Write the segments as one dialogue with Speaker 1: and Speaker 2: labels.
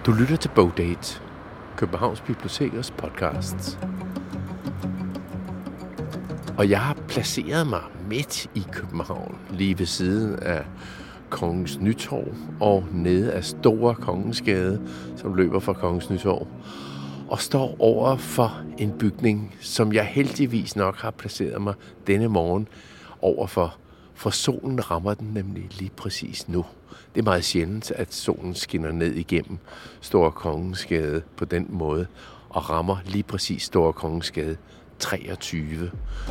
Speaker 1: Du lytter til Bogdate, Københavns Bibliotekers podcast. Og jeg har placeret mig midt i København, lige ved siden af Kongens Nytorv og nede af Store Kongensgade, som løber fra Kongens Nytorv, og står over for en bygning, som jeg heldigvis nok har placeret mig denne morgen overfor, for solen rammer den nemlig lige præcis nu. Det er meget sjældent, at solen skinner ned igennem Store Kongensgade på den måde, og rammer lige præcis Store Kongensgade 23.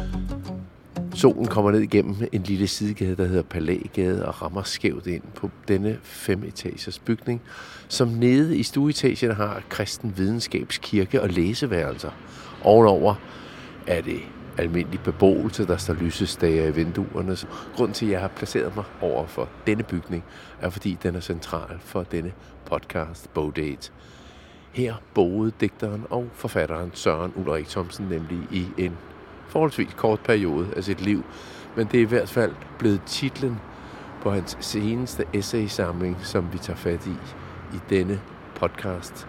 Speaker 1: Solen kommer ned igennem en lille sidegade, der hedder Palægade, og rammer skævt ind på denne 5-etagers bygning, som nede i stueetagen har Kristen Videnskabskirke og læseværelser. Ovenover er det almindelig beboelse, der står lysestager i vinduerne. Grunden til, at jeg har placeret mig over for denne bygning, er fordi den er central for denne podcast, Bogdate. Her boede digteren og forfatteren Søren Ulrik Thomsen nemlig i en forholdsvis kort periode af sit liv, men det er i hvert fald blevet titlen på hans seneste essaysamling, som vi tager fat i denne podcast.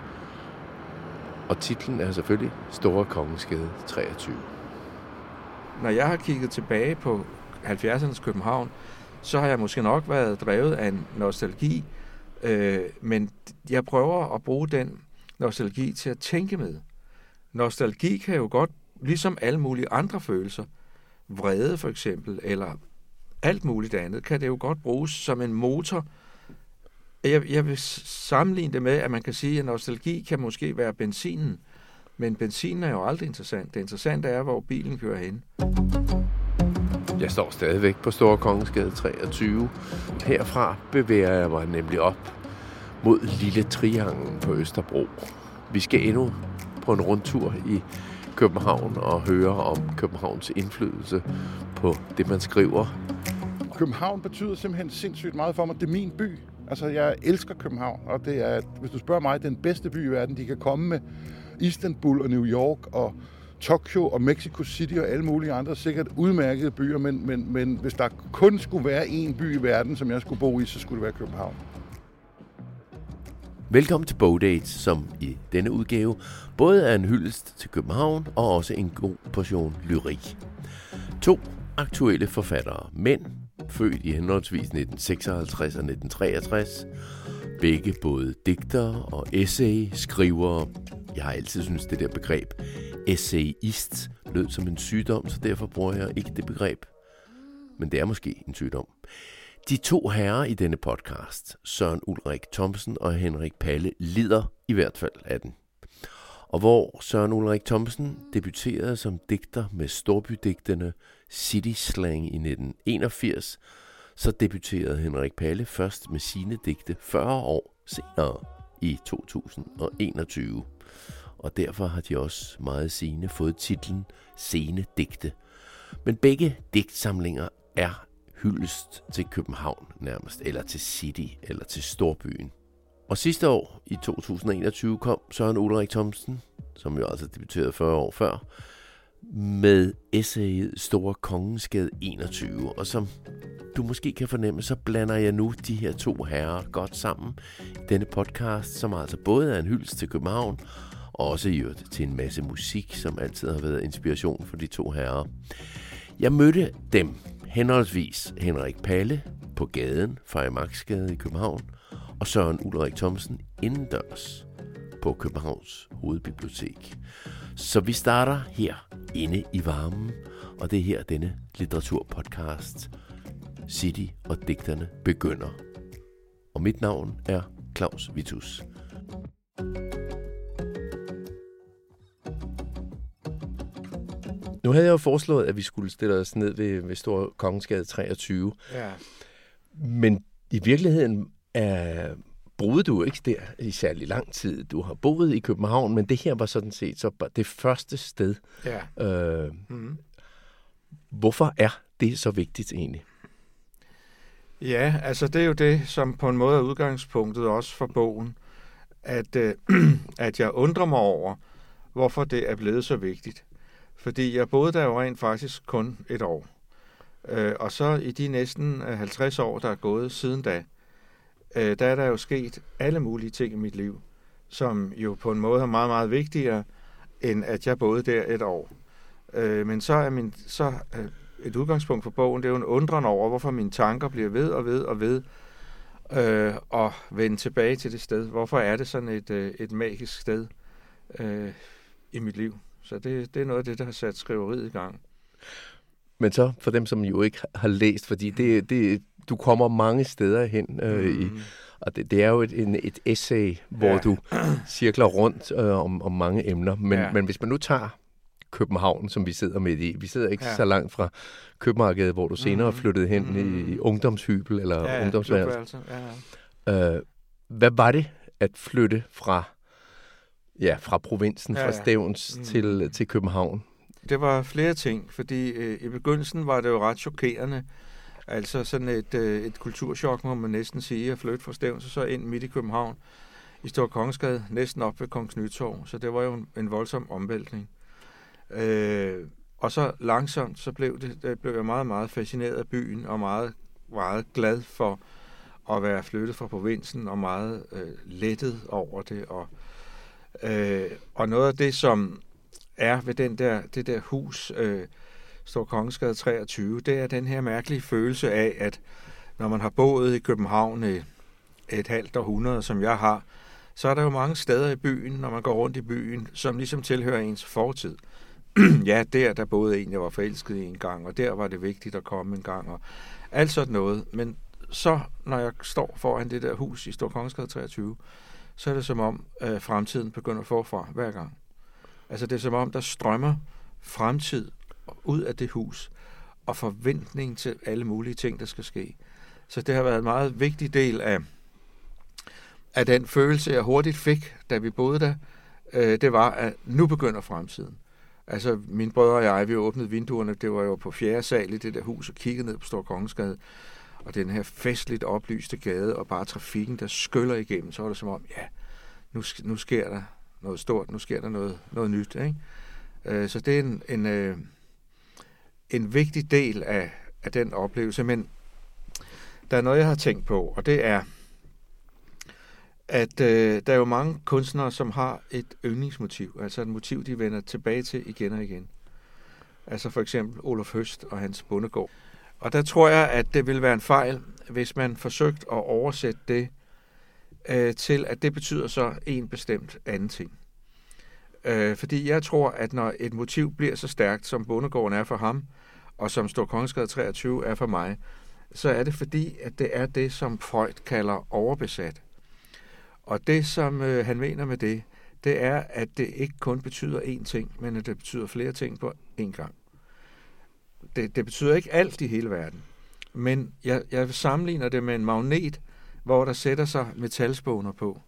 Speaker 1: Og titlen er selvfølgelig Store Kongensgade 23.
Speaker 2: Når jeg har kigget tilbage på 70'ernes København, så har jeg måske nok været drevet af en nostalgi, men jeg prøver at bruge den nostalgi til at tænke med. Nostalgi kan jo godt, ligesom alle mulige andre følelser, vrede for eksempel, eller alt muligt andet, kan det jo godt bruges som en motor. Jeg vil sammenligne det med, at man kan sige, at nostalgi kan måske være benzinen, men benzinen er jo aldrig interessant. Det interessante er, hvor bilen kører hen.
Speaker 1: Jeg står stadigvæk på Store Kongensgade 23. Herfra bevæger jeg mig nemlig op mod Lille Trianglen på Østerbro. Vi skal endnu på en rundtur i København og høre om Københavns indflydelse på det, man skriver.
Speaker 3: København betyder simpelthen sindssygt meget for mig. Det er min by. Altså, jeg elsker København, og det er, hvis du spørger mig, den bedste by i verden. De kan komme med Istanbul og New York og Tokyo og Mexico City og alle mulige andre sikkert udmærkede byer, men hvis der kun skulle være én by i verden, som jeg skulle bo i, så skulle det være København.
Speaker 1: Velkommen til Bogdate, som i denne udgave både er en hyldest til København og også en god portion lyrik. 2 aktuelle forfattere, mænd, født i henholdsvis 1956 og 1963. Begge både digtere og essay-skrivere. Jeg har altid syntes, det der begreb essayist lød som en sygdom, så derfor bruger jeg ikke det begreb. Men det er måske en sygdom. De 2 herrer i denne podcast, Søren Ulrik Thomsen og Henrik Palle, lider i hvert fald af den. Og hvor Søren Ulrik Thomsen debuterede som digter med storbydigtene City Slang i 1981, så debuterede Henrik Palle først med sine digte 40 år senere i 2021. Og derfor har de også meget sene fået titlen Sene Digte. Men begge digtsamlinger er hyldest til København nærmest, eller til City, eller til storbyen. Og sidste år, i 2021, kom Søren Ulrik Thomsen, som jo altså debuterede 40 år før, med essayet Store Kongensgade 21. Og som du måske kan fornemme, så blander jeg nu de her 2 herrer godt sammen i denne podcast, som altså både er en hyldest til København, og også i øvrigt til en masse musik, som altid har været inspiration for de 2 herrer. Jeg mødte dem, henholdsvis Henrik Palle på gaden, Frederiksmarksgade i København, og Søren Ulrik Thomsen indendørs på Københavns Hovedbibliotek. Så vi starter her inde i varmen, og det er her denne litteraturpodcast City og digterne begynder. Og mit navn er Claus Vitus. Nu havde jeg jo foreslået, at vi skulle stille os ned ved Store Kongensgade 23.
Speaker 2: Ja.
Speaker 1: Men i virkeligheden boede du ikke der i særlig lang tid. Du har boet i København, men det her var sådan set så det første sted.
Speaker 2: Ja.
Speaker 1: Hvorfor er det så vigtigt egentlig?
Speaker 2: Ja, altså det er jo det, som på en måde er udgangspunktet også for bogen, at jeg undrer mig over, hvorfor det er blevet så vigtigt. Fordi jeg boede der jo rent faktisk kun 1 år. Og så i de næsten 50 år, der er gået siden da, der er der jo sket alle mulige ting i mit liv, som jo på en måde er meget, meget vigtigere, end at jeg boede der et år. Men så er et udgangspunkt for bogen, det er jo en undren over, hvorfor mine tanker bliver ved og ved, og vende tilbage til det sted. Hvorfor er det sådan et magisk sted i mit liv? Så det er noget af det, der har sat skriveriet i gang.
Speaker 1: Men så for dem, som jo ikke har læst, fordi du kommer mange steder hen, og det er jo et essay, hvor du cirkler rundt om mange emner. Men hvis man nu tager København, som vi sidder midt i. Vi sidder ikke så langt fra Købmarkedet, hvor du senere flyttede hen i ungdomshybel eller ungdomsværelse. Hvad var det at flytte fra provinsen, fra Stevns til København?
Speaker 2: Det var flere ting, fordi i begyndelsen var det jo ret chokerende. Altså sådan et kulturschok, må man næsten sige, at flytte fra Stevns og så ind midt i København, i Store Kongensgade, næsten op ved Kongens Nytorv. Så det var jo en voldsom omvæltning. Og så langsomt, så blev jeg meget, meget fascineret af byen, og meget, meget glad for at være flyttet fra provinsen, og meget lettet over det. Og noget af det, som er ved det der hus, Store Kongensgade 23, det er den her mærkelige følelse af, at når man har boet i København et halvt århundrede, som jeg har, så er der jo mange steder i byen, når man går rundt i byen, som ligesom tilhører ens fortid. Ja, der boede en, jeg var forelsket i en gang, og der var det vigtigt at komme en gang, og alt sådan noget. Men så, når jeg står foran det der hus i Store Kongensgade 23, så er det som om, fremtiden begynder forfra hver gang. Altså det er som om, der strømmer fremtid ud af det hus, og forventning til alle mulige ting, der skal ske. Så det har været en meget vigtig del af den følelse, jeg hurtigt fik, da vi boede der. Det var, at nu begynder fremtiden. Altså, mine brødre og jeg, vi åbnede vinduerne, det var jo på 4. sal i det der hus, og kiggede ned på Store Kongensgade, og den her festligt oplyste gade, og bare trafikken, der skyller igennem, så var det som om, ja, nu sker der noget stort, nu sker der noget nyt, ikke? Så det er en vigtig del af den oplevelse, men der er noget, jeg har tænkt på, og det er, at der er jo mange kunstnere, som har et yndlingsmotiv, altså et motiv, de vender tilbage til igen og igen. Altså for eksempel Oluf Høst og hans Bondegård. Og der tror jeg, at det ville være en fejl, hvis man forsøgte at oversætte det til, at det betyder så en bestemt anden ting. Fordi jeg tror, at når et motiv bliver så stærkt, som Bondegården er for ham, og som Store Kongensgade 23 er for mig, så er det fordi, at det er det, som Freud kalder overbesat. Og det, som han mener med det er, at det ikke kun betyder én ting, men at det betyder flere ting på én gang. Det betyder ikke alt i hele verden. Men jeg sammenligner det med en magnet, hvor der sætter sig metalspåner på.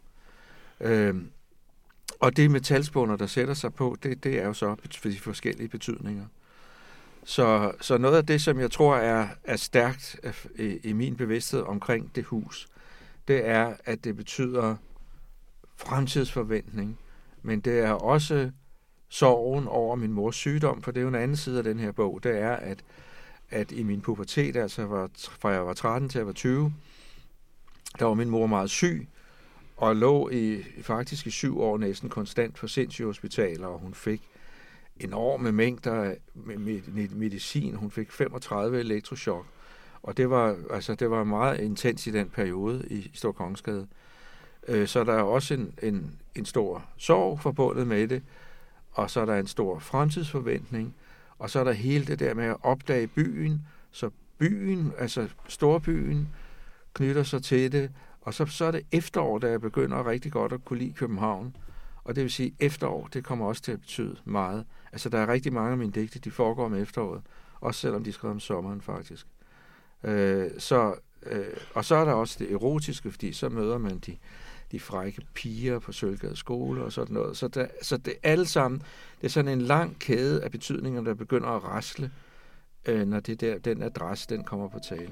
Speaker 2: Og det metalspåner, der sætter sig på, det er jo så de forskellige betydninger. Så noget af det, som jeg tror er stærkt i min bevidsthed omkring det hus, det er, at det betyder fremtidsforventning, men det er også sorgen over min mors sygdom, for det er jo en anden side af den her bog, det er, at i min pubertet, altså fra jeg var 13 til jeg var 20, der var min mor meget syg, og lå faktisk i 7 år næsten konstant på sindssygehospitaler, og hun fik enorme mængder medicin. Hun fik 35 elektrochok, og det var meget intens i den periode i Store Kongensgade. Så der er også en stor sorg forbundet med det, og så er der en stor fremtidsforventning, og så er der hele det der med at opdage byen, så byen, altså storbyen, knytter sig til det, og så er det efterår, da jeg begynder rigtig godt at kunne lide København, og det vil sige, efterår, det kommer også til at betyde meget. Altså, der er rigtig mange af mine digte, de foregår om efteråret, også selvom de skriver om sommeren, faktisk. Og så er der også det erotiske, fordi så møder man de frække piger på Sølvgade skole og sådan noget. Så det alle sammen, det er sådan en lang kæde af betydninger, der begynder at rasle, når den adresse, den kommer på tale.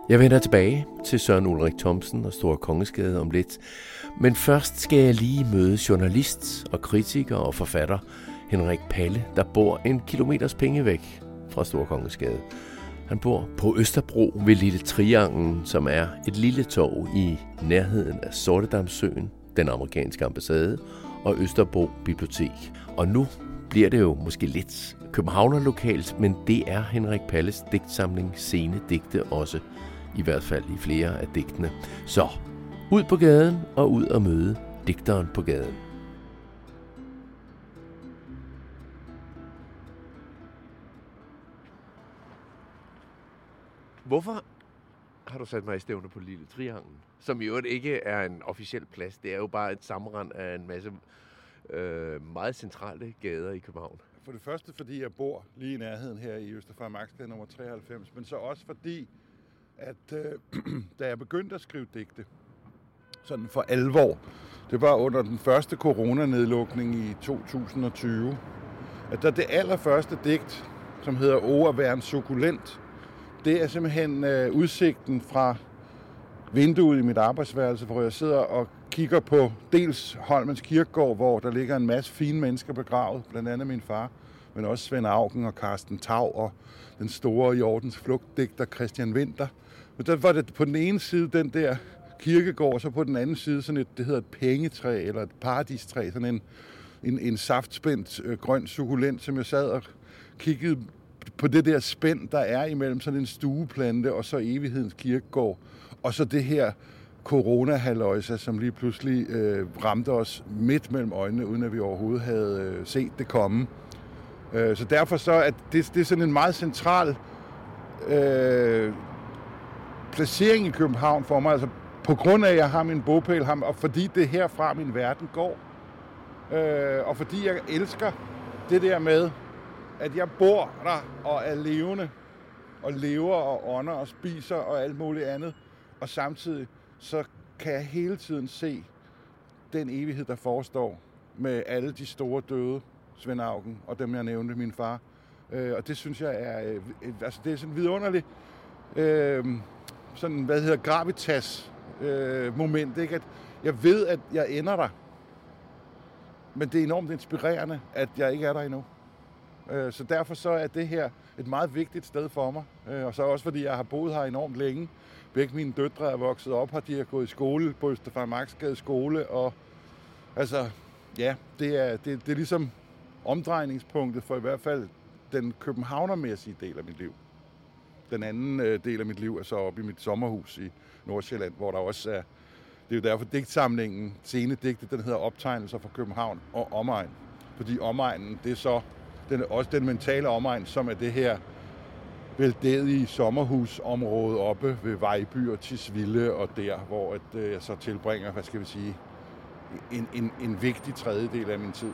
Speaker 1: Jeg vender tilbage til Søren Ulrik Thomsen og Store Kongensgade om lidt. Men først skal jeg lige møde journalist og kritiker og forfatter Henrik Palle, der bor en kilometers penge væk fra Store Kongensgade. Han bor på Østerbro ved Lille Trianglen, som er et lille torv i nærheden af Sortedamssøen, den amerikanske ambassade og Østerbro Bibliotek. Og nu bliver det jo måske lidt københavnerlokalt, men det er Henrik Palles digtsamling Sene Digte også, i hvert fald i flere af digtene. Så ud på gaden og ud og møde digteren på gaden. Hvorfor har du sat mig i stævne på Lille Trianglen, som i øvrigt ikke er en officiel plads? Det er jo bare et sammenrend af en masse meget centrale gader i København.
Speaker 3: For det første, fordi jeg bor lige i nærheden her i Østerfarimagsgade nummer 93, men så også fordi, at da jeg begyndte at skrive digte, sådan for alvor, det var under den første coronanedlukning i 2020, at der det allerførste digt, som hedder O at være en sukkulent, det er simpelthen udsigten fra vinduet i mit arbejdsværelse, hvor jeg sidder og kigger på dels Holmens Kirkegård, hvor der ligger en masse fine mennesker begravet, blandt andet min far, men også Svend Auken og Carsten Tau og den store Jordens Flugtdigter Christian Winther. Men der var det på den ene side den der kirkegård, og så på den anden side sådan det hedder et pengetræ eller et paradistræ, sådan en saftspændt grøn sukkulent, som jeg sad og kiggede på det der spænd, der er imellem sådan en stueplante og så evighedens kirkegård, og så det her corona-halløjsa, som lige pludselig ramte os midt mellem øjnene, uden at vi overhovedet havde set det komme. Så derfor så er det er sådan en meget central placering i København for mig, altså på grund af, at jeg har min bopæl her, og fordi det er herfra min verden går, og fordi jeg elsker det der med, at jeg bor der og er levende, og lever og ånder og spiser og alt muligt andet, og samtidig så kan jeg hele tiden se den evighed, der forestår med alle de store døde, Svend Auken og dem, jeg nævnte, min far. Og det synes jeg er, altså det er sådan vidunderligt, sådan, gravitas moment, ikke? At jeg ved, at jeg ender der, men det er enormt inspirerende, at jeg ikke er der endnu. Så derfor så er det her et meget vigtigt sted for mig. Og så også fordi jeg har boet her enormt længe. Begge mine døtre er vokset op her, de har gået i skole på Østerfarimagsgade skole. Og altså, ja, det er ligesom omdrejningspunktet for i hvert fald den københavnermæssige del af mit liv. Den anden del af mit liv er så oppe i mit sommerhus i Nordsjælland, hvor der også er, det er jo derfor digtsamlingen, Sene Digte, den hedder Optegnelser fra København og omegn. Fordi omegnen, det er så også den mentale omegn, som er det her veldedige sommerhusområde oppe ved Vejby og Tisvilde, og der, hvor jeg så tilbringer, hvad skal vi sige, en vigtig tredjedel af min tid.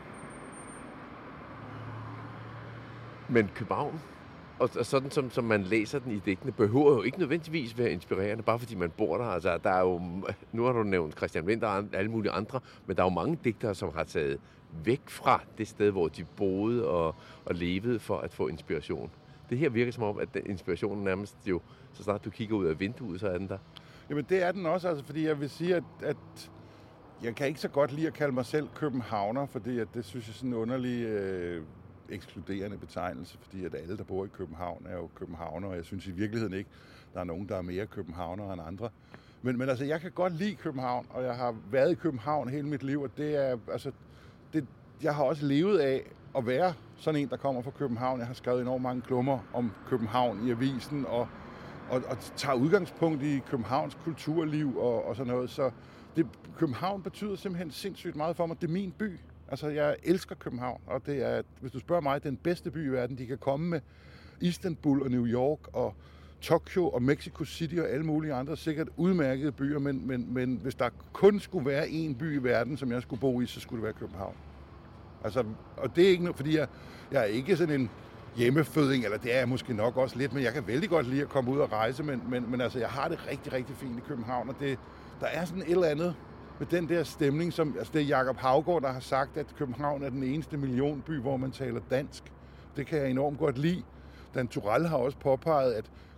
Speaker 1: Men København, og sådan som man læser den i digtene, behøver jo ikke nødvendigvis være inspirerende, bare fordi man bor der. Altså, der er jo, nu har du nævnt Christian Winther og alle mulige andre, men der er jo mange digtere, som har taget væk fra det sted, hvor de boede og levede for at få inspiration. Det her virker som om, at inspirationen nærmest jo, så snart du kigger ud af vinduet, så er den der.
Speaker 3: Jamen det er den også, altså, fordi jeg vil sige, at jeg kan ikke så godt lide at kalde mig selv københavner, fordi at det synes jeg er sådan en underlig ekskluderende betegnelse, fordi at alle, der bor i København, er jo københavner, og jeg synes i virkeligheden ikke, der er nogen, der er mere københavner end andre. Men altså, jeg kan godt lide København, og jeg har været i København hele mit liv, og det er, altså, jeg har også levet af at være sådan en, der kommer fra København. Jeg har skrevet enormt mange klummer om København i avisen, og tager udgangspunkt i Københavns kulturliv og sådan noget. Så København betyder simpelthen sindssygt meget for mig. Det er min by. Altså, jeg elsker København, og det er, hvis du spørger mig, den bedste by i verden. De kan komme med Istanbul og New York og Tokyo og Mexico City og alle mulige andre sikkert udmærkede byer, men hvis der kun skulle være én by i verden, som jeg skulle bo i, så skulle det være København. Altså, og det er ikke noget, fordi jeg er ikke sådan en hjemmeføding, eller det er jeg måske nok også lidt, men jeg kan vældig godt lide at komme ud og rejse, men altså, jeg har det rigtig, rigtig fint i København, og der er sådan et eller andet med den der stemning, som, altså det er Jacob Haugaard, der har sagt, at København er den eneste millionby, hvor man taler dansk. Det kan jeg enormt godt lide. Dan Turell har også påpeget, at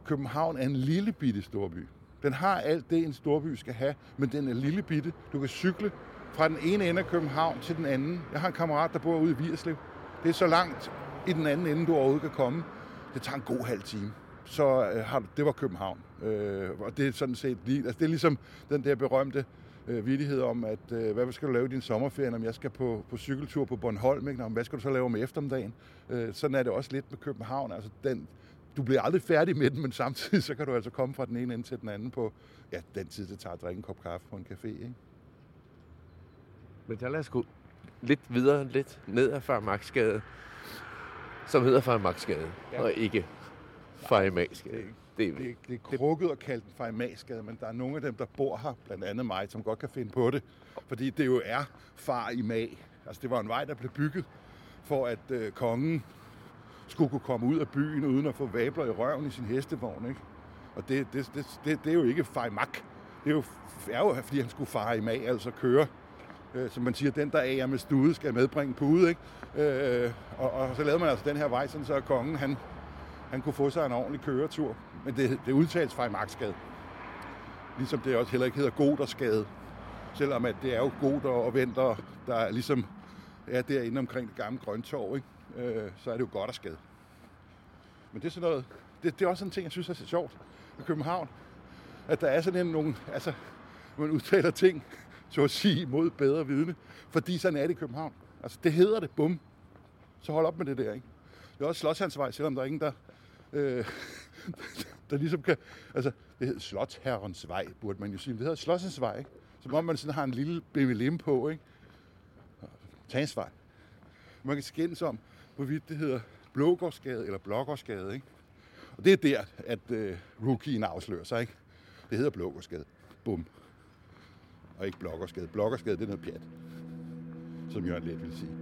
Speaker 3: København er en lille bitte storby. Den har alt det, en storby skal have, men den er lille bitte. Du kan cykle fra den ene ende af København til den anden. Jeg har en kammerat, der bor ude i Vigerslev. Det er så langt i den anden ende, du overhovedet kan komme. Det tager en god halv time. Så det var København. Og det er sådan set lige... Altså, det er ligesom den der berømte vittighed om, at hvad skal du lave i din sommerferie, når jeg skal på cykeltur på Bornholm, ikke? Hvad skal du så lave om eftermiddagen? Sådan er det også lidt med København. Altså, du bliver aldrig færdig med den, men samtidig så kan du altså komme fra den ene ende til den anden på den tid, det tager at drikke en kop kaffe på en café. Ikke?
Speaker 1: Men der lad os gå lidt videre, lidt ned ad Farimagsgade, som hedder Farimagsgade, og ikke Farimagsgade.
Speaker 3: Det er krukket og kaldt en Farimagsgade, men der er nogle af dem, der bor her, blandt andet mig, som godt kan finde på det. Fordi det jo er far i mag. Altså det var en vej, der blev bygget for, at kongen skulle kunne komme ud af byen uden at få vabler i røven i sin hestevogn. Ikke? Og det er jo ikke Farimag. Det er jo fordi han skulle fare i mag, altså køre. Som man siger, den der ager med stude skal medbringe pude. Ikke? Og så lavede man altså den her vej, sådan så kongen han kunne få sig en ordentlig køretur. Men det udtales Farimagsgade. Ligesom det også heller ikke hedder Gothersgade. Selvom at det er jo Gother og Venter, der ligesom er derinde omkring det gamle Grøntorv, ikke? Så er det jo Gothersgade. Men det er sådan noget, det er også sådan en ting, jeg synes er så sjovt i København. At der er sådan nogle, altså, man udtaler ting, så at sige, mod bedre vidne. Fordi sådan er det i København. Altså, det hedder det, bum. Så hold op med det der, ikke? Det er også Slotsherrens Vej, selvom der er ingen, der ligesom kan... Altså, det hedder Slotsherrens Vej, burde man jo sige. Det hedder Slotsherrens Vej, ikke? Som om man sådan har en lille BVLM på, ikke? Tansvej. Man kan skændes om, hvorvidt det hedder Blågårdsgade eller Blågårdsgade, ikke? Og det er der, at rookien afslører sig, ikke? Det hedder Blågårdsgade. Bum. Og ikke Blågårdsgade. Blågårdsgade, det er noget pjat. Som Jørgen Leth ville sige.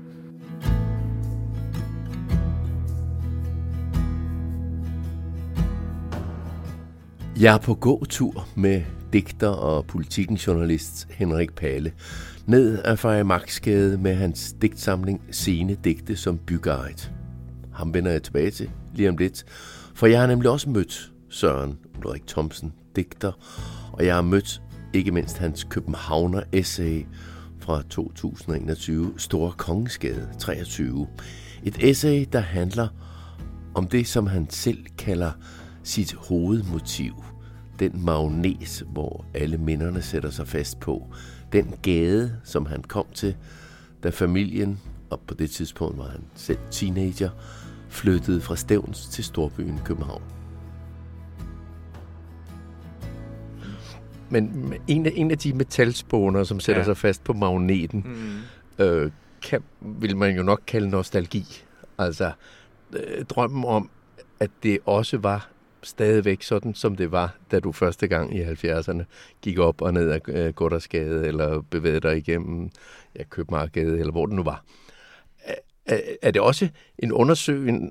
Speaker 1: Jeg er på gåtur med digter og Politiken-journalist Henrik Palle ned ad Farimagsgade med hans digtsamling Sene digte som byguide. Ham vender jeg tilbage til lige om lidt, for jeg har nemlig også mødt Søren Ulrik Thomsen, digter, og jeg har mødt ikke mindst hans Københavner-essay fra 2021, Store Kongensgade 23. Et essay, der handler om det, som han selv kalder sit hovedmotiv. Den magnet, hvor alle minderne sætter sig fast på. Den gade, som han kom til, da familien, og på det tidspunkt var han selv teenager, flyttede fra Stevns til storbyen København. Men en af de metalspåner, som sætter sig fast på magneten, vil man jo nok kalde nostalgi. Altså drømmen om, at det også var stadigvæk sådan, som det var, da du første gang i 70'erne gik op og ned ad Gothersgade, eller bevægede dig igennem Købmagergade, eller hvor det nu var. Er det også en undersøgning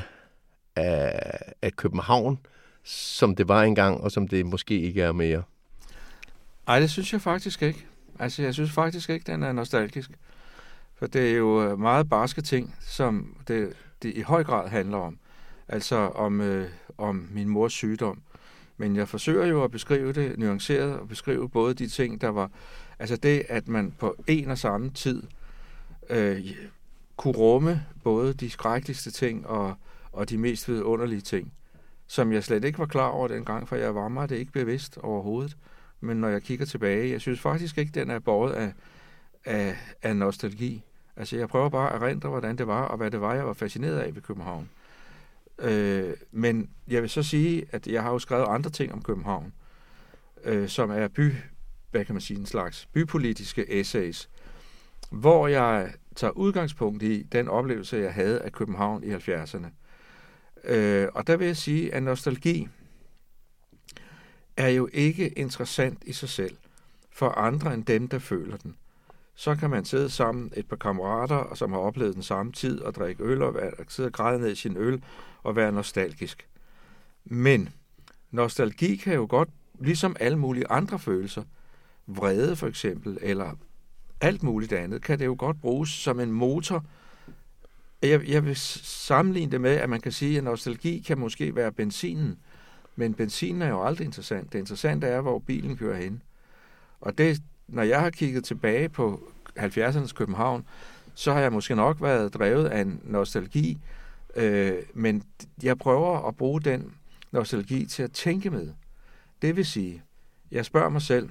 Speaker 1: af København, som det var engang, og som det måske ikke er mere?
Speaker 2: Nej, det synes jeg faktisk ikke. Altså, jeg synes faktisk ikke, den er nostalgisk. For det er jo meget barske ting, som det i høj grad handler om. Altså om min mors sygdom. Men jeg forsøger jo at beskrive det nuanceret, og beskrive både de ting, der var... Altså det, at man på en og samme tid kunne rumme både de skrækkeligste ting og de mest vidunderlige ting, som jeg slet ikke var klar over dengang, for jeg var mig det ikke bevidst overhovedet. Men når jeg kigger tilbage, jeg synes faktisk ikke, den er båret af nostalgi. Altså jeg prøver bare at erindre, hvordan det var, og hvad det var, jeg var fascineret af ved København. Men jeg vil så sige, at jeg har jo skrevet andre ting om København, som er en slags bypolitiske essays, hvor jeg tager udgangspunkt i den oplevelse, jeg havde af København i 70'erne. Og der vil jeg sige, at nostalgi er jo ikke interessant i sig selv for andre end dem, der føler den. Så kan man sidde sammen et par kammerater, som har oplevet den samme tid, og drikke øl, og sidde og græde ned i sin øl, og være nostalgisk. Men nostalgi kan jo godt, ligesom alle mulige andre følelser, vrede for eksempel, eller alt muligt andet, kan det jo godt bruges som en motor. Jeg vil sammenligne det med, at man kan sige, at nostalgi kan måske være benzinen, Men benzinen er jo aldrig interessant. Det interessante er, hvor bilen kører hen. Og det, når jeg har kigget tilbage på 70'ernes København, så har jeg måske nok været drevet af en nostalgi, men jeg prøver at bruge den nostalgi til at tænke med. Det vil sige, jeg spørger mig selv,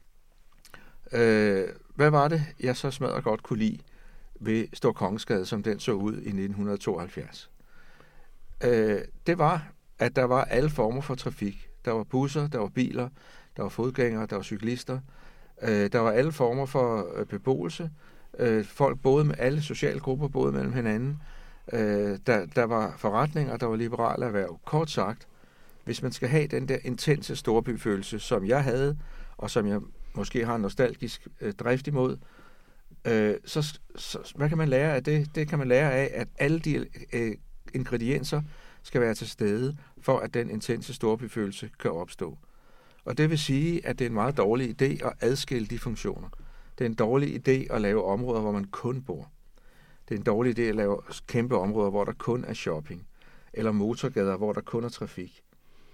Speaker 2: hvad var det, jeg så smadret godt kunne lide ved Store Kongensgade, som den så ud i 1972? Det var, at der var alle former for trafik. Der var busser, der var biler, der var fodgængere, der var cyklister. Der var alle former for beboelse. Folk boede med alle sociale grupper, boede mellem hinanden. Der var forretninger, der var liberale erhverv. Kort sagt, hvis man skal have den der intense storbyfølelse, som jeg havde, og som jeg måske har en nostalgisk drift imod, så hvad kan man lære af det? Det kan man lære af, at alle de ingredienser skal være til stede, for at den intense storbyfølelse kan opstå. Og det vil sige, at det er en meget dårlig idé at adskille de funktioner. Det er en dårlig idé at lave områder, hvor man kun bor. Det er en dårlig idé at lave kæmpe områder, hvor der kun er shopping. Eller motorgader, hvor der kun er trafik.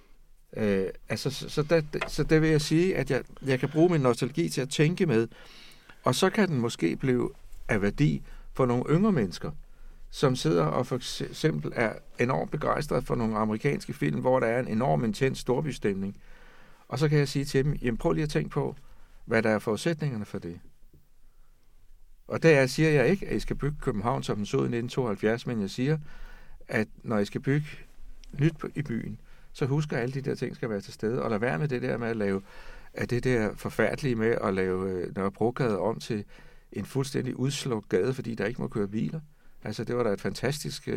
Speaker 2: Så det vil jeg sige, at jeg kan bruge min nostalgi til at tænke med, og så kan den måske blive af værdi for nogle yngre mennesker, som sidder og for eksempel er enormt begejstret for nogle amerikanske film, hvor der er en enorm intens storbystemning. Og så kan jeg sige til dem, jamen prøv lige at tænke på, hvad der er forudsætningerne for det. Og der siger jeg ikke, at I skal bygge København, som den så i 1972, men jeg siger, at når I skal bygge nyt i byen, så husker alle de der ting skal være til stede, og lad være med det der med at lave, at det der forfærdelige med at lave Nørrebrogade om til en fuldstændig udslukket gade, fordi der ikke må køre biler. Altså, det var da et fantastisk,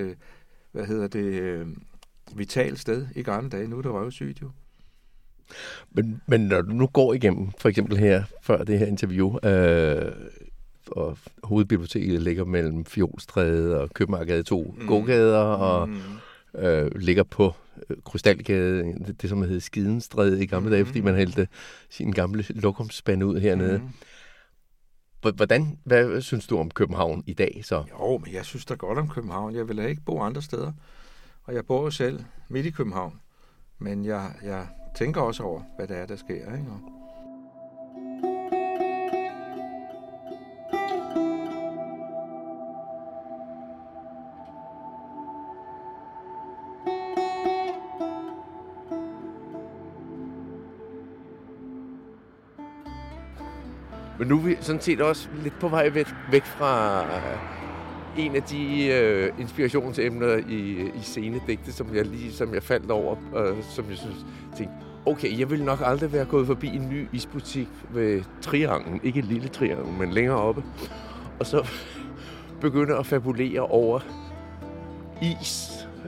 Speaker 2: vitalt sted i gamle dage. Nu er det røvsygt jo.
Speaker 1: Men når du nu går igennem, for eksempel her, før det her interview, og hovedbiblioteket ligger mellem Fjolstræde og Købmagergade, to gågader, og ligger på Krystalgade, det som hed Skidenstræde i gamle dage, fordi man hældte sin gamle lokumsspand ud hernede. Hvad synes du om København i dag så?
Speaker 2: Jo, men jeg synes da godt om København. Jeg vil da ikke bo andre steder. Og jeg bor jo selv midt i København. Men jeg tænker også over, hvad det er, der sker, ikke?
Speaker 1: Men nu er vi sådan set også lidt på vej væk fra en af de inspirationsemner i scenedigte, som jeg faldt over, som jeg synes, tænkte, okay, jeg ville nok aldrig være gået forbi en ny isbutik ved Trianglen, ikke et lille triangel, men længere oppe, og så begynde at fabulere over is.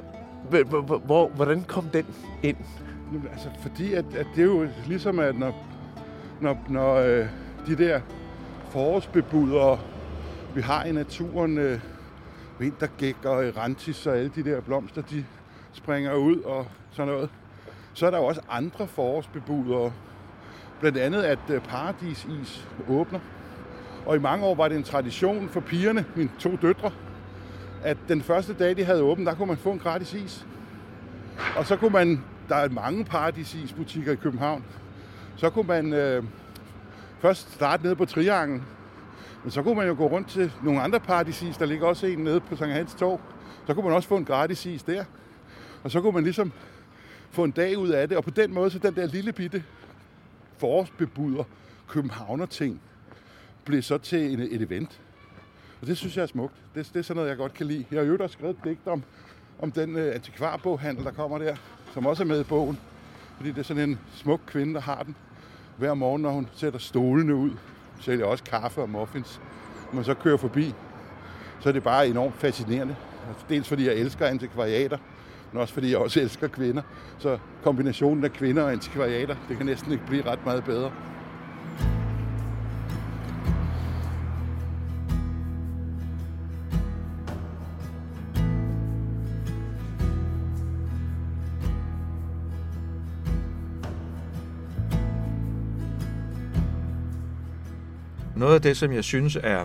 Speaker 1: Hvordan kom den ind?
Speaker 3: Altså, fordi at det er jo ligesom, at når de der forårsbebudere, vi har i naturen, vintergæk og erantis og alle de der blomster, de springer ud og sådan noget. Så er der jo også andre forårsbebudere. Blandt andet, at Paradisis åbner. Og i mange år var det en tradition for pigerne, mine 2 døtre, at den første dag, de havde åbent, der kunne man få en gratis is. Og så kunne man, der er mange Paradisis-butikker i København, så kunne man først starte nede på Trianglen, men så kunne man jo gå rundt til nogle andre Paradisis, der ligger også en nede på Sankt Hans Torv. Så kunne man også få en gratis is der. Og så kunne man ligesom få en dag ud af det, og på den måde, så den der lille bitte forårsbebuder københavner-ting blev så til et event. Og det synes jeg er smukt. Det er sådan noget, jeg godt kan lide. Jeg har jo også skrevet et digt om den antikvarboghandel, der kommer der, som også er med i bogen. Fordi det er sådan en smuk kvinde, der har den hver morgen, når hun sætter stolene ud. Sælger også kaffe og muffins. Når man så kører forbi, så er det bare enormt fascinerende. Dels fordi jeg elsker antikvariater, men også fordi jeg også elsker kvinder. Så kombinationen af kvinder og antikvariater, det kan næsten ikke blive ret meget bedre.
Speaker 2: Noget af det, som jeg synes er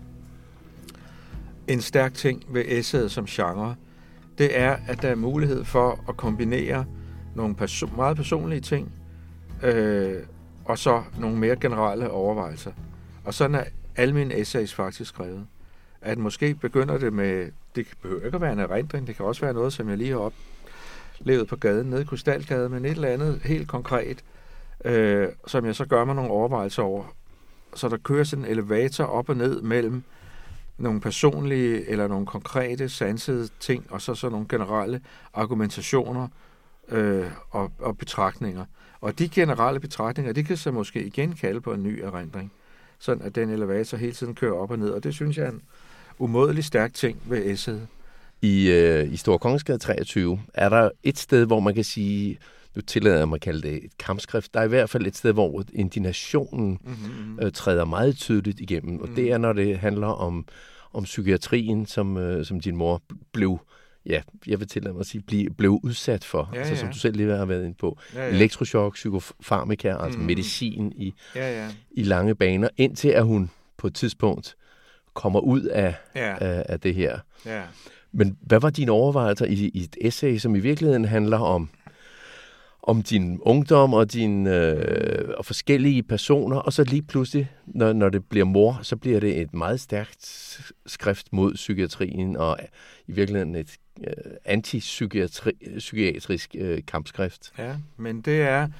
Speaker 2: en stærk ting ved essayet som genre, det er, at der er mulighed for at kombinere nogle meget personlige ting, og så nogle mere generelle overvejelser. Og sådan er alle mine essays faktisk skrevet. At måske begynder det med, det behøver ikke at være en erindring, det kan også være noget, som jeg lige har oplevet på gaden, nede i Krystalgade, men et eller andet helt konkret, som jeg så gør mig nogle overvejelser over. Så der kører sådan en elevator op og ned mellem nogle personlige eller nogle konkrete, sansede ting, og så nogle generelle argumentationer og betragtninger. Og de generelle betragtninger, de kan så måske igen kalde på en ny erindring, sådan at den elevator hele tiden kører op og ned, og det synes jeg er en umådelig stærk ting ved essayet.
Speaker 1: I Store Kongensgade 23 er der et sted, hvor man kan sige, nu tillader jeg mig at kalde det et kampskrift, der er i hvert fald et sted, hvor indignationen træder meget tydeligt igennem, og det er, når det handler om psykiatrien, som din mor blev, ja, jeg vil tillade mig at sige, blev udsat for,
Speaker 2: ja,
Speaker 1: altså, som du selv lige har været inde på.
Speaker 2: Ja.
Speaker 1: Elektrochok, psykofarmaka, altså medicin i lange baner, indtil at hun på et tidspunkt kommer ud af det her.
Speaker 2: Ja.
Speaker 1: Men hvad var dine overvejelser i et essay, som i virkeligheden handler om din ungdom og og forskellige personer, og så lige pludselig, når det bliver mor, så bliver det et meget stærkt skrift mod psykiatrien, og i virkeligheden et antipsykiatrisk kampskrift.
Speaker 2: Ja, men det er...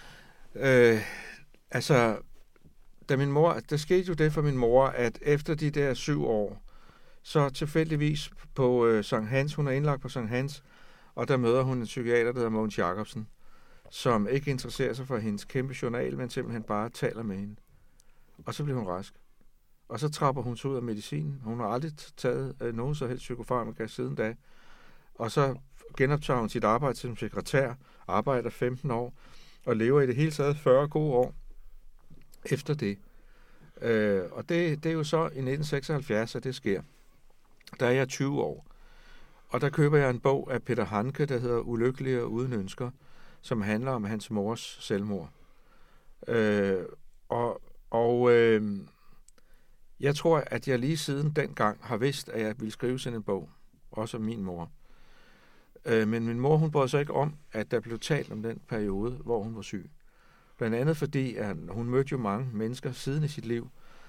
Speaker 2: da min mor... Der skete jo det for min mor, at efter de der 7 år, så tilfældigvis på Sankt Hans, hun er indlagt på Sankt Hans, og der møder hun en psykiater, der hedder Mogens Jacobsen, som ikke interesserer sig for hendes kæmpe journal, men simpelthen bare taler med hende. Og så bliver hun rask. Og så trapper hun sig ud af medicinen. Hun har aldrig taget nogen så helst psykofarmaka siden da. Og så genoptager hun sit arbejde som sekretær, arbejder 15 år, og lever i det hele taget 40 gode år efter det. Og det er jo så i 1976, at det sker. Der er jeg 20 år. Og der køber jeg en bog af Peter Handke, der hedder Ulykkelige og uden ønsker, som handler om hans mors selvmord. Jeg tror, at jeg lige siden dengang har vidst, at jeg ville skrive sådan en bog, også om min mor. Men min mor, hun brød sig ikke om, at der blev talt om den periode, hvor hun var syg. Blandt andet fordi, at hun mødte jo mange mennesker siden i sit liv,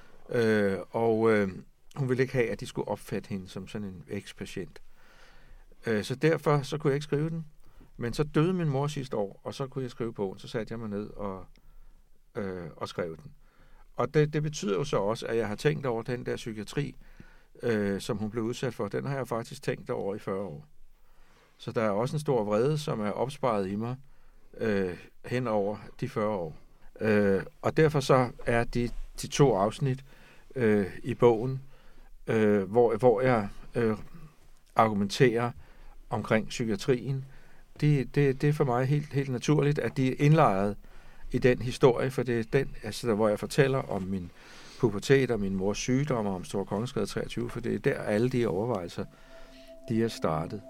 Speaker 2: hun ville ikke have, at de skulle opfatte hende som sådan en ekspatient. Så derfor så kunne jeg ikke skrive den. Men så døde min mor sidste år, og så kunne jeg skrive bogen. Så satte jeg mig ned og skrev den. Og det betyder jo så også, at jeg har tænkt over den der psykiatri, som hun blev udsat for. Den har jeg faktisk tænkt over i 40 år. Så der er også en stor vrede, som er opsparet i mig hen over de 40 år. Og derfor så er de 2 afsnit i bogen, hvor jeg argumenterer omkring psykiatrien. Det er for mig helt naturligt, at de er indlejret i den historie, for det er den, altså, hvor jeg fortæller om min pubertet og min mors sygdom og om Store Kongensgade 23, for det er der alle de overvejelser, de er startet.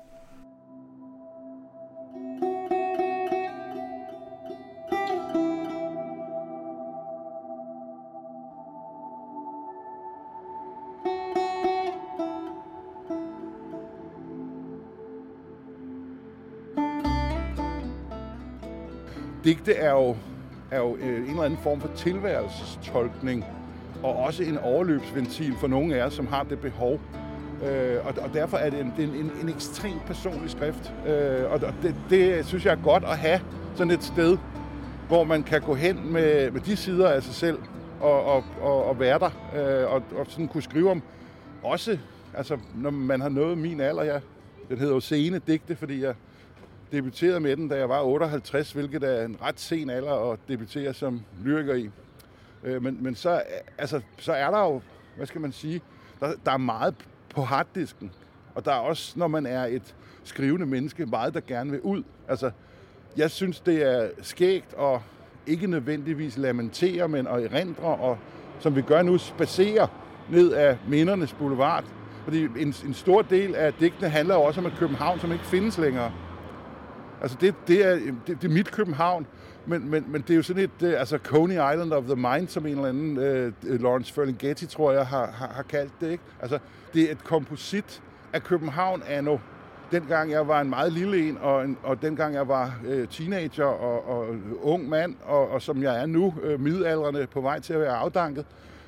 Speaker 3: Digte er jo en eller anden form for tilværelsestolkning, og også en overløbsventil for nogle af os, som har det behov. Og derfor er det en ekstremt personlig skrift. Og det synes jeg er godt at have sådan et sted, hvor man kan gå hen med de sider af sig selv og være der. Og sådan kunne skrive om også, altså når man har nået min alder, den hedder jo Sene Digte, fordi jeg debuterede med den, da jeg var 58, hvilket er en ret sen alder at debutere som lyriker i. Men så er der jo, hvad skal man sige, der er meget på harddisken. Og der er også, når man er et skrivende menneske, meget, der gerne vil ud. Altså, jeg synes, det er skægt at ikke nødvendigvis lamentere, men at erindre, og som vi gør nu, spacere ned af mindernes boulevard. Fordi en stor del af digtene handler jo også om et København, som ikke findes længere. Altså, det er mit København, men det er jo sådan et, Coney Island of the Mind, som en eller anden Lawrence Ferlinghetti, tror jeg, har kaldt det, ikke? Altså, det er et komposit af København anno dengang jeg var en meget lille en, og dengang jeg var teenager og ung mand, og som jeg er nu, midaldrende på vej til at være afdanket.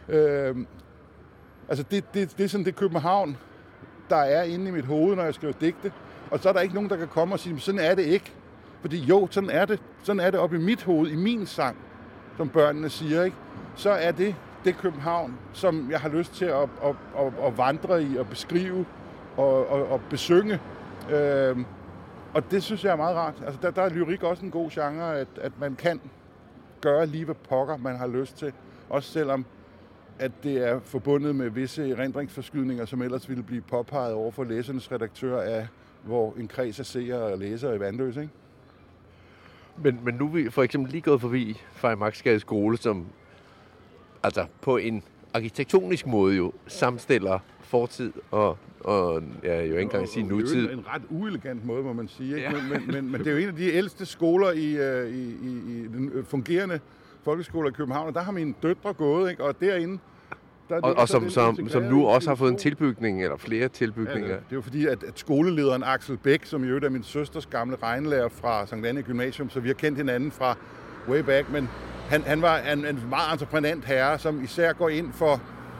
Speaker 3: Altså det er sådan det København, der er inde i mit hoved, når jeg skriver digte. Og så er der ikke nogen, der kan komme og sige, sådan er det ikke. Fordi jo, sådan er det. Sådan er det oppe i mit hoved, i min sang, som børnene siger, ikke? Så er det København, som jeg har lyst til at vandre i og beskrive og besynge. Og det synes jeg er meget rart. Altså, der er lyrik også en god genre, at man kan gøre lige hvad pokker, man har lyst til. Også selvom at det er forbundet med visse erindringsforskydninger, som ellers ville blive påpeget over for læsernes redaktør af, hvor en kreds af seere og læsere i Vandløs, ikke?
Speaker 1: Men nu er vi for eksempel lige gået forbi Farimagsgade skole, som altså på en arkitektonisk måde jo sammenstiller fortid og jeg jo ikke engang sige nutid.
Speaker 3: En ret uelegant måde, må man sige. Ikke? Ja. Men det er jo en af de ældste skoler i den fungerende folkeskole i København, og der har mine døtre gået, ikke? Og derinde...
Speaker 1: Og som nu også har fået en tilbygning, eller flere tilbygninger.
Speaker 3: Ja, det er jo fordi, at skolelederen Axel Bæk, som i øvrigt er min søsters gamle regnelærer fra Sankt Anne Gymnasium, så vi har kendt hinanden fra way back, men han var en meget entreprenant herre, som især går ind for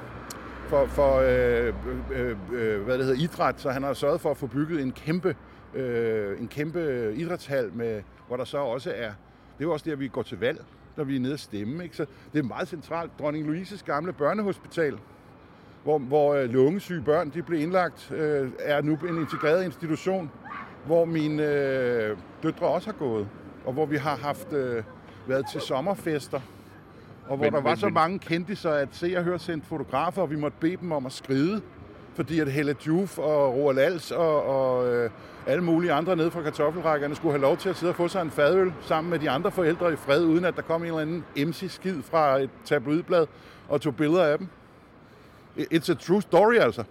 Speaker 3: idræt, så han har sørget for at få bygget en kæmpe idrætshal, hvor der så også er, det er jo også der, vi går til valg, når vi er nede at stemme, ikke? Så det er meget centralt. Dronning Louises gamle børnehospital, hvor lungesyge børn de blev indlagt, er nu en integreret institution, hvor mine døtre også har gået, og hvor vi har været til sommerfester, og hvor der var så mange kendisser, at Se og Hør sendte fotografer, og vi måtte bede dem om at skride, fordi at Helle Juf og Roald Als og alle mulige andre nede fra kartoffelrækkerne skulle have lov til at sidde og få sig en fadøl sammen med de andre forældre i fred, uden at der kom en eller anden MC-skid fra et tabloidblad og tog billeder af dem. It's a true story, altså.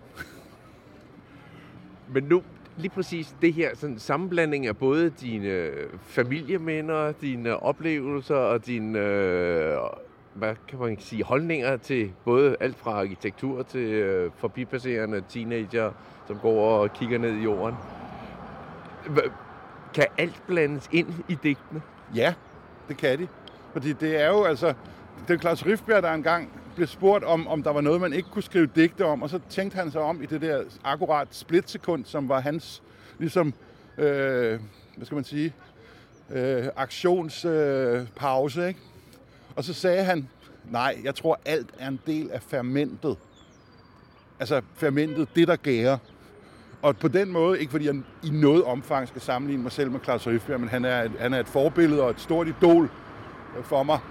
Speaker 1: Men nu, lige præcis det her sådan sammenblanding af både dine familieminder, dine oplevelser og dine hvad kan man sige, holdninger til både alt fra arkitektur til forbipasserende teenager, som går og kigger ned i jorden. Kan alt blandes ind i digtene?
Speaker 3: Ja, det kan de. Fordi det er jo altså... Det er Claus Rifbjerg, der engang blev spurgt om der var noget, man ikke kunne skrive digte om, og så tænkte han sig om i det der akkurat splitsekund, som var hans, ligesom, hvad skal man sige, aktionspause, ikke? Og så sagde han, nej, jeg tror alt er en del af fermentet. Altså fermentet, det der gærer. Og på den måde, ikke fordi jeg i noget omfang skal sammenligne mig selv med Claus Rifbjerg, men han er et forbillede og et stort idol for mig.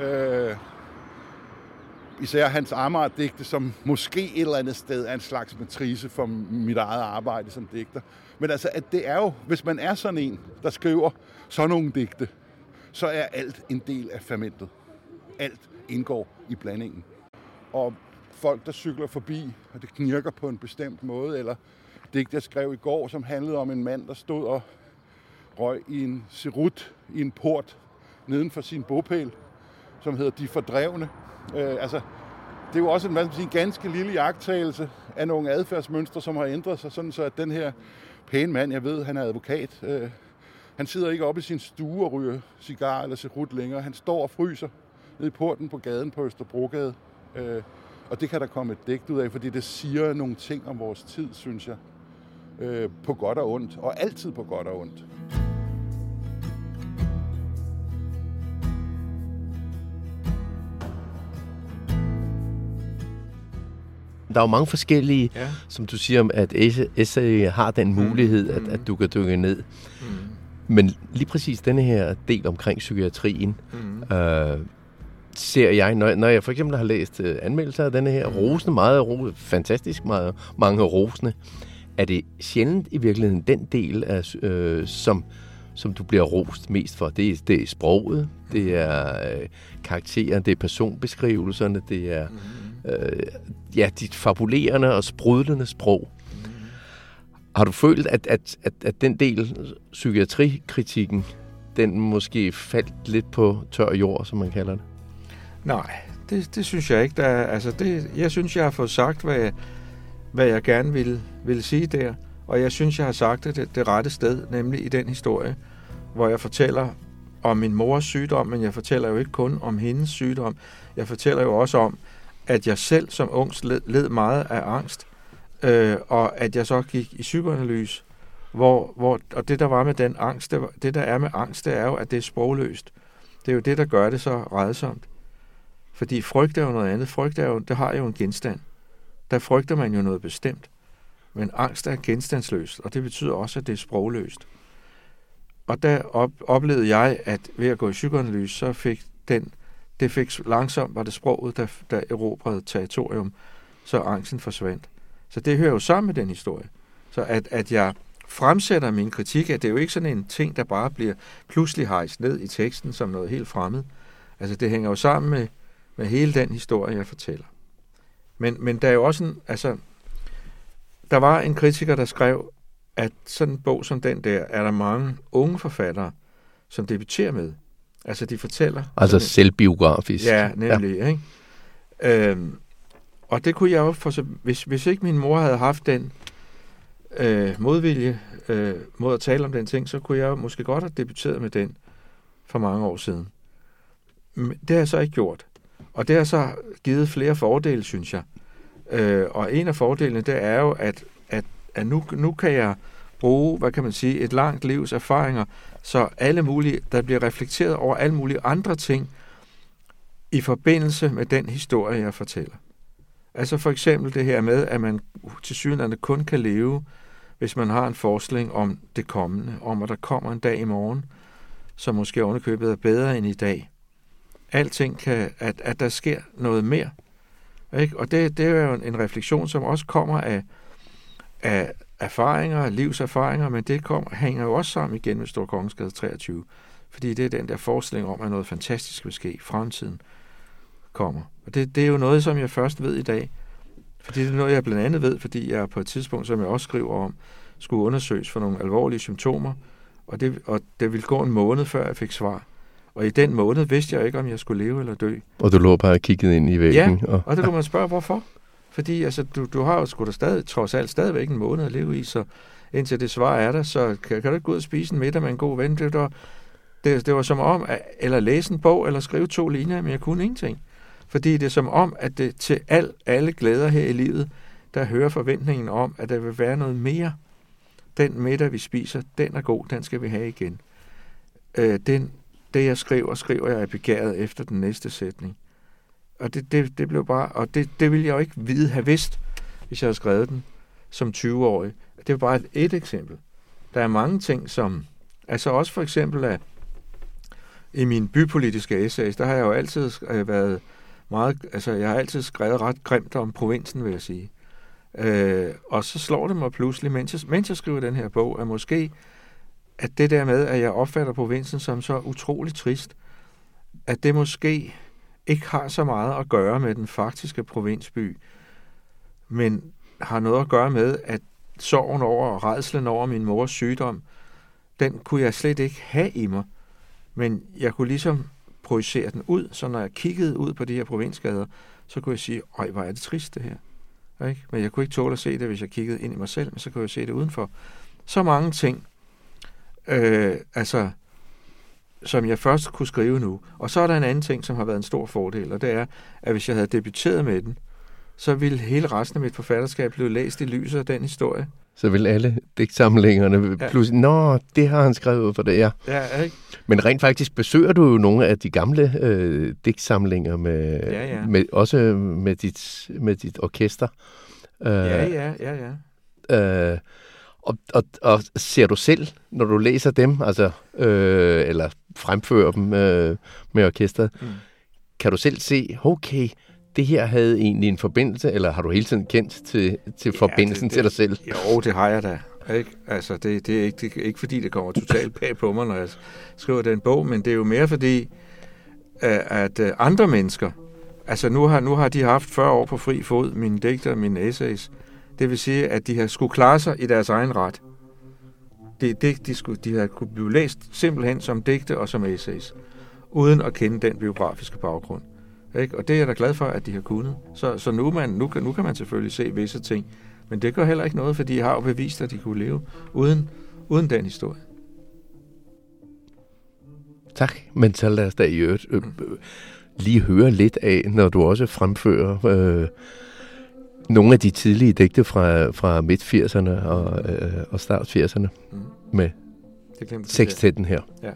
Speaker 3: Især hans Amager-digte, som måske et eller andet sted er en slags matrice for mit eget arbejde som digter. Men altså, at det er jo, hvis man er sådan en, der skriver sådan nogle digte, så er alt en del af fermentet. Alt indgår i blandingen. Og folk, der cykler forbi, og det knirker på en bestemt måde, eller digt, jeg skrev i går, som handlede om en mand, der stod og røg i en cerut i en port neden for sin bopæl, som hedder De Fordrevne. Altså, det er jo også en ganske lille iagttagelse af nogle adfærdsmønstre, som har ændret sig, sådan så at den her pæne mand, jeg ved, han er advokat, han sidder ikke oppe i sin stue og ryger cigar eller cerut længere. Han står og fryser nede i porten på gaden på Østerbrogade. Og det kan der komme et digt ud af, fordi det siger nogle ting om vores tid, synes jeg. På godt og ondt, og altid på godt og ondt.
Speaker 1: Der er jo mange forskellige, som du siger, at essay har den mulighed, at du kan dykke ned. Men lige præcis denne her del omkring psykiatrien, ser jeg, når jeg for eksempel har læst anmeldelser af denne her, fantastisk mange rosende, er det sjældent i virkeligheden den del, af, som du bliver rost mest for. Det er sproget, det er karakteren, det er personbeskrivelserne, det er dit fabulerende og sprudlende sprog. Har du følt, at den del psykiatrikritikken, den måske faldt lidt på tør jord, som man kalder det?
Speaker 2: Nej, det synes jeg ikke. Jeg synes, jeg har fået sagt, hvad jeg gerne ville sige der. Og jeg synes, jeg har sagt det rette sted, nemlig i den historie, hvor jeg fortæller om min mors sygdom, men jeg fortæller jo ikke kun om hendes sygdom. Jeg fortæller jo også om, at jeg selv som ung led meget af angst, og at jeg så gik i psykoanalyse, og det der var med den angst, det der er med angst, det er jo, at det er sprogløst. Det er jo det, der gør det så rædsomt. Fordi frygt er jo noget andet. Frygt det har jo en genstand. Der frygter man jo noget bestemt. Men angst er genstandsløst, og det betyder også, at det er sprogløst. Og der oplevede jeg, at ved at gå i psykoanalyse, så fik langsomt, var det sproget, der erobrede territorium, så angsten forsvandt. Så det hører jo sammen med den historie. Så at jeg fremsætter min kritik, at det er jo ikke sådan en ting, der bare bliver pludselig hejst ned i teksten som noget helt fremmed. Altså det hænger jo sammen med hele den historie, jeg fortæller. Men der er jo også der var en kritiker, der skrev, at sådan en bog som den der, er der mange unge forfattere, som debuterer med. Altså de fortæller.
Speaker 1: Altså selvbiografisk.
Speaker 2: Ja, nemlig. Ja. Ikke? Og det kunne jeg jo, hvis ikke min mor havde haft den modvilje mod at tale om den ting, så kunne jeg jo måske godt have debuteret med den for mange år siden. Men det har jeg så ikke gjort. Og det har så givet flere fordele, synes jeg. Og en af fordelene, det er jo, at nu kan jeg bruge, hvad kan man sige, et langt livs erfaringer, så alle mulige, der bliver reflekteret over alle mulige andre ting i forbindelse med den historie, jeg fortæller. Altså for eksempel det her med, at man tilsyneladende kun kan leve, hvis man har en forestilling om det kommende, om at der kommer en dag i morgen, som måske ovenikøbet er bedre end i dag. Alting kan, at der sker noget mere. Ikke? Og det er jo en refleksion, som også kommer af erfaringer, livserfaringer, men det hænger jo også sammen igen med Store Kongensgade 23. Fordi det er den der forestilling om, at noget fantastisk vil ske i fremtiden kommer. Og det er jo noget, som jeg først ved i dag. Fordi det er noget, jeg blandt andet ved, fordi jeg på et tidspunkt, som jeg også skriver om, skulle undersøges for nogle alvorlige symptomer, og det ville gå en måned, før jeg fik svar. Og i den måned vidste jeg ikke, om jeg skulle leve eller dø.
Speaker 1: Og du lå bare og kiggede ind i væggen.
Speaker 2: Ja, og det kunne man spørge, hvorfor? Fordi altså, du har jo sgu da trods alt stadigvæk en måned at leve i, så indtil det svar er der, så kan du ikke gå ud og spise en middag med en god ven. Det var som om, eller læse en bog, eller skrive 2 linjer, men jeg kunne ingenting. Fordi det er som om, at det til alle glæder her i livet, der hører forventningen om, at der vil være noget mere. Den middag, vi spiser, den er god, den skal vi have igen. Det jeg skriver jeg er begæret efter den næste sætning. Og det blev bare, og det ville jeg jo ikke have vidst, hvis jeg havde skrevet den som 20-årig. Det er bare et eksempel. Der er mange ting, som, altså også for eksempel, at i mine bypolitiske essays, der har jeg jo altid været meget, altså jeg har altid skrevet ret grimt om provinsen, vil jeg sige. Og så slår det mig pludselig, mens jeg skriver den her bog, at måske, at det der med, at jeg opfatter provinsen som så utroligt trist, at det måske ikke har så meget at gøre med den faktiske provinsby, men har noget at gøre med, at sorgen over og rædslen over min mors sygdom, den kunne jeg slet ikke have i mig. Men jeg kunne ligesom projicere den ud, så når jeg kiggede ud på de her provinsgader, så kunne jeg sige, øj, hvor er det trist det her. Ikke? Men jeg kunne ikke tåle at se det, hvis jeg kiggede ind i mig selv, men så kunne jeg se det udenfor. Så mange ting, som jeg først kunne skrive nu. Og så er der en anden ting, som har været en stor fordel, og det er, at hvis jeg havde debuteret med den, så ville hele resten af mit forfatterskab blive læst i lyset af den historie.
Speaker 1: Så vil alle digtsamlingerne pludselig, nå, det har han skrevet for det, ja.
Speaker 2: Ja, ikke?
Speaker 1: Men rent faktisk besøger du jo nogle af de gamle digtsamlinger med også med dit orkester. Og ser du selv, når du læser dem, altså eller fremfører dem med orkestret, kan du selv se, okay, det her havde egentlig en forbindelse, eller har du hele tiden kendt til forbindelsen til dig selv?
Speaker 2: Jo, det har jeg da. Ikke? Altså, det er ikke fordi, det kommer totalt bag på mig, når jeg skriver den bog, men det er jo mere fordi, at andre mennesker, altså nu har de haft 40 år på fri fod, mine digter og mine essays. Det vil sige, at de har skulle klare sig i deres egen ret. De har kunne blive læst simpelthen som digte og som essays, uden at kende den biografiske baggrund. Ikke? Og det er jeg da glad for, at de har kunnet. Så nu kan man selvfølgelig se visse ting, Men det gør heller ikke noget, for de har jo bevist, at de kunne leve uden den historie.
Speaker 1: Tak, men så lad os da i øvrigt lige høre lidt af, når du også fremfører nogle af de tidlige digte fra midt-80'erne og start-80'erne med sekstetten her.
Speaker 2: Ja.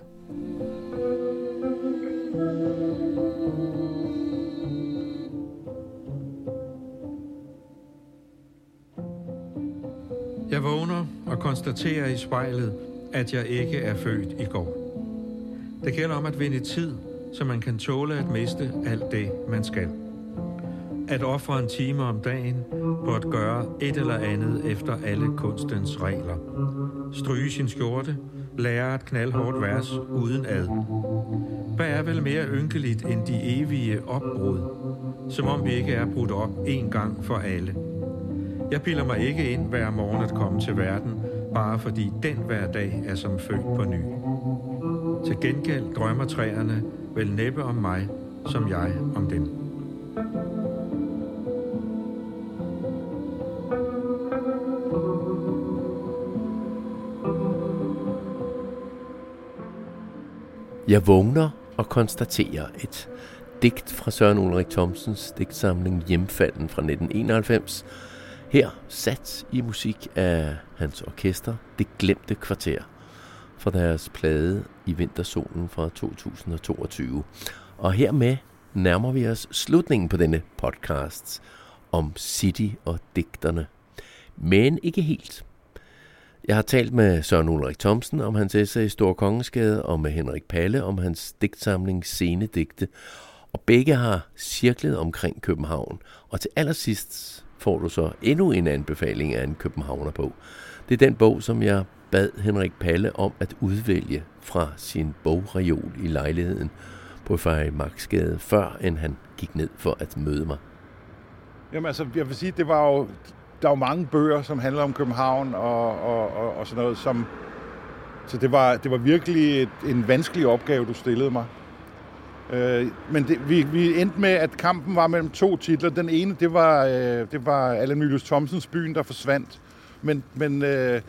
Speaker 2: Jeg vågner og konstaterer i spejlet, at jeg ikke er født i går. Det gælder om at vinde tid, så man kan tåle at miste alt det, man skal. At ofre en time om dagen på at gøre et eller andet efter alle kunstens regler. Stryge sin skjorte, lære et knaldhårdt vers uden ad. Hvad er vel mere ynkeligt end de evige opbrud, som om vi ikke er brudt op en gang for alle. Jeg piller mig ikke ind hver morgen at komme til verden, bare fordi den hver dag er som født på ny. Til gengæld drømmer træerne vel næppe om mig, som jeg om dem.
Speaker 1: Jeg vågner og konstaterer et digt fra Søren Ulrik Thomsens digtsamling Hjemfalden fra 1991. Her sat i musik af hans orkester, Det Glemte Kvarter, fra deres plade I Vintersolen fra 2022. Og hermed nærmer vi os slutningen på denne podcast om City og digterne. Men ikke helt. Jeg har talt med Søren Ulrik Thomsen om hans essay Store Kongensgade og med Henrik Palle om hans digtsamling Scenedigte. Og begge har cirklet omkring København. Og til allersidst får du så endnu en anbefaling af en københavnerbog. Det er den bog, som jeg bad Henrik Palle om at udvælge fra sin bogreol i lejligheden på Frederiksmarksgade, før end han gik ned for at møde mig.
Speaker 3: Jamen altså, jeg vil sige, der var jo mange bøger, som handler om København og sådan noget, så det var virkelig en vanskelig opgave, du stillede mig. Men vi endte med, at kampen var mellem to titler. Den ene, det var Allan Mylius Thomsens Byen, der forsvandt. Men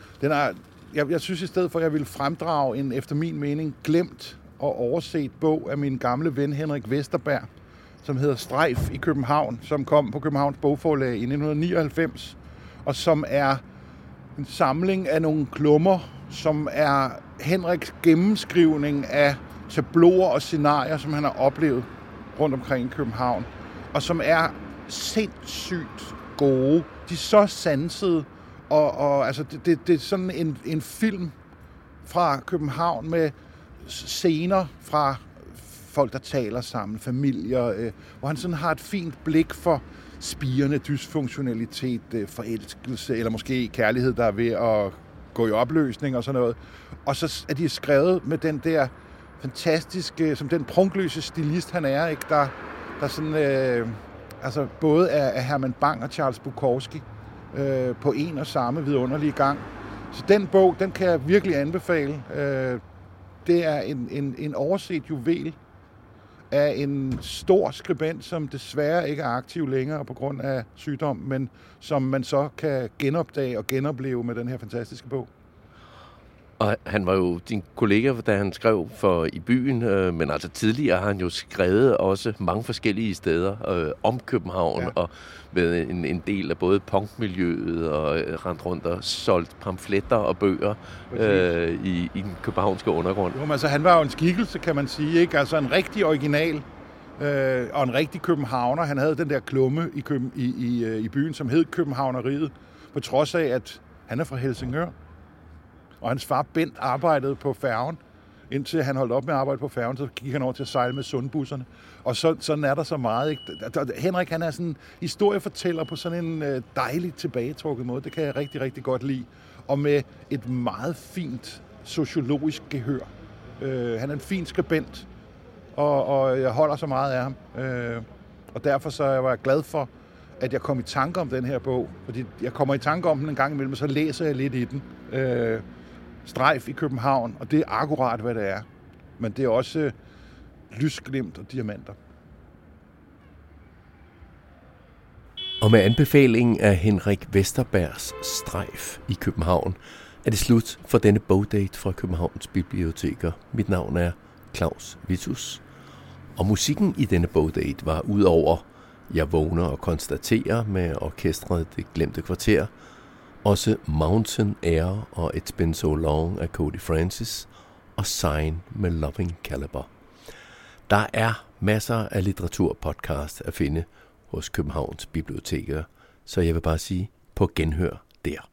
Speaker 3: jeg synes i stedet for, at jeg ville fremdrage en, efter min mening, glemt og overset bog af min gamle ven Henrik Vesterberg, som hedder Strejf i København, som kom på Københavns Bogforlag i 1999, og som er en samling af nogle klummer, som er Henriks gennemskrivning af tableauer og scenarier, som han har oplevet rundt omkring i København, og som er sindssygt gode. De er så sansede, og altså det er sådan en film fra København med scener fra folk, der taler sammen, familier, hvor han sådan har et fint blik for spirende dysfunktionalitet, forelskelse, eller måske kærlighed, der er ved at gå i opløsning og sådan noget. Og så er de skrevet med den der fantastiske, som den prunkløse stilist han er, ikke? Der sådan, altså både af Herman Bang og Charles Bukowski på en og samme vidunderlige gang. Så den bog, den kan jeg virkelig anbefale. Det er en overset juvel af en stor skribent, som desværre ikke er aktiv længere på grund af sygdom, men som man så kan genopdage og genopleve med den her fantastiske bog.
Speaker 1: Og han var jo din kollega, da han skrev for I Byen, men altså tidligere har han jo skrevet også mange forskellige steder om København, ja. Og været en del af både punkmiljøet og rendt rundt og solgt pamfletter og bøger i den københavnske undergrund.
Speaker 3: Jo, men altså han var jo en skikkelse, kan man sige, ikke? Altså en rigtig original og en rigtig københavner. Han havde den der klumme i byen, som hed Københavneriet, på trods af, at han er fra Helsingør. Og hans far Bent arbejdede på færgen. Indtil han holdt op med at arbejde på færgen, så gik han over til at sejle med Sundbusserne. Og sådan er der så meget. Ikke? Henrik, han er sådan en historiefortæller på sådan en dejligt tilbagetrukket måde. Det kan jeg rigtig, rigtig godt lide. Og med et meget fint sociologisk gehør. Han er en fin skribent, og jeg holder så meget af ham. Og derfor så var jeg glad for, at jeg kom i tanke om den her bog. Fordi jeg kommer i tanke om den en gang imellem, og så læser jeg lidt i den. Strejf i København, og det er akkurat, hvad det er. Men det er også lysglimt og diamanter.
Speaker 1: Og med anbefalingen af Henrik Westerbergs Strejf i København, er det slut for denne bogdate fra Københavns Biblioteker. Mit navn er Claus Vittus, og musikken i denne bogdate var udover Jeg vågner og konstaterer med orkestret Det Glemte Kvarter, også Mountain Air og It's Been So Long af Cody Francis og Sign med Loving Caliber. Der er masser af litteraturpodcast at finde hos Københavns Biblioteker, så jeg vil bare sige på genhør der.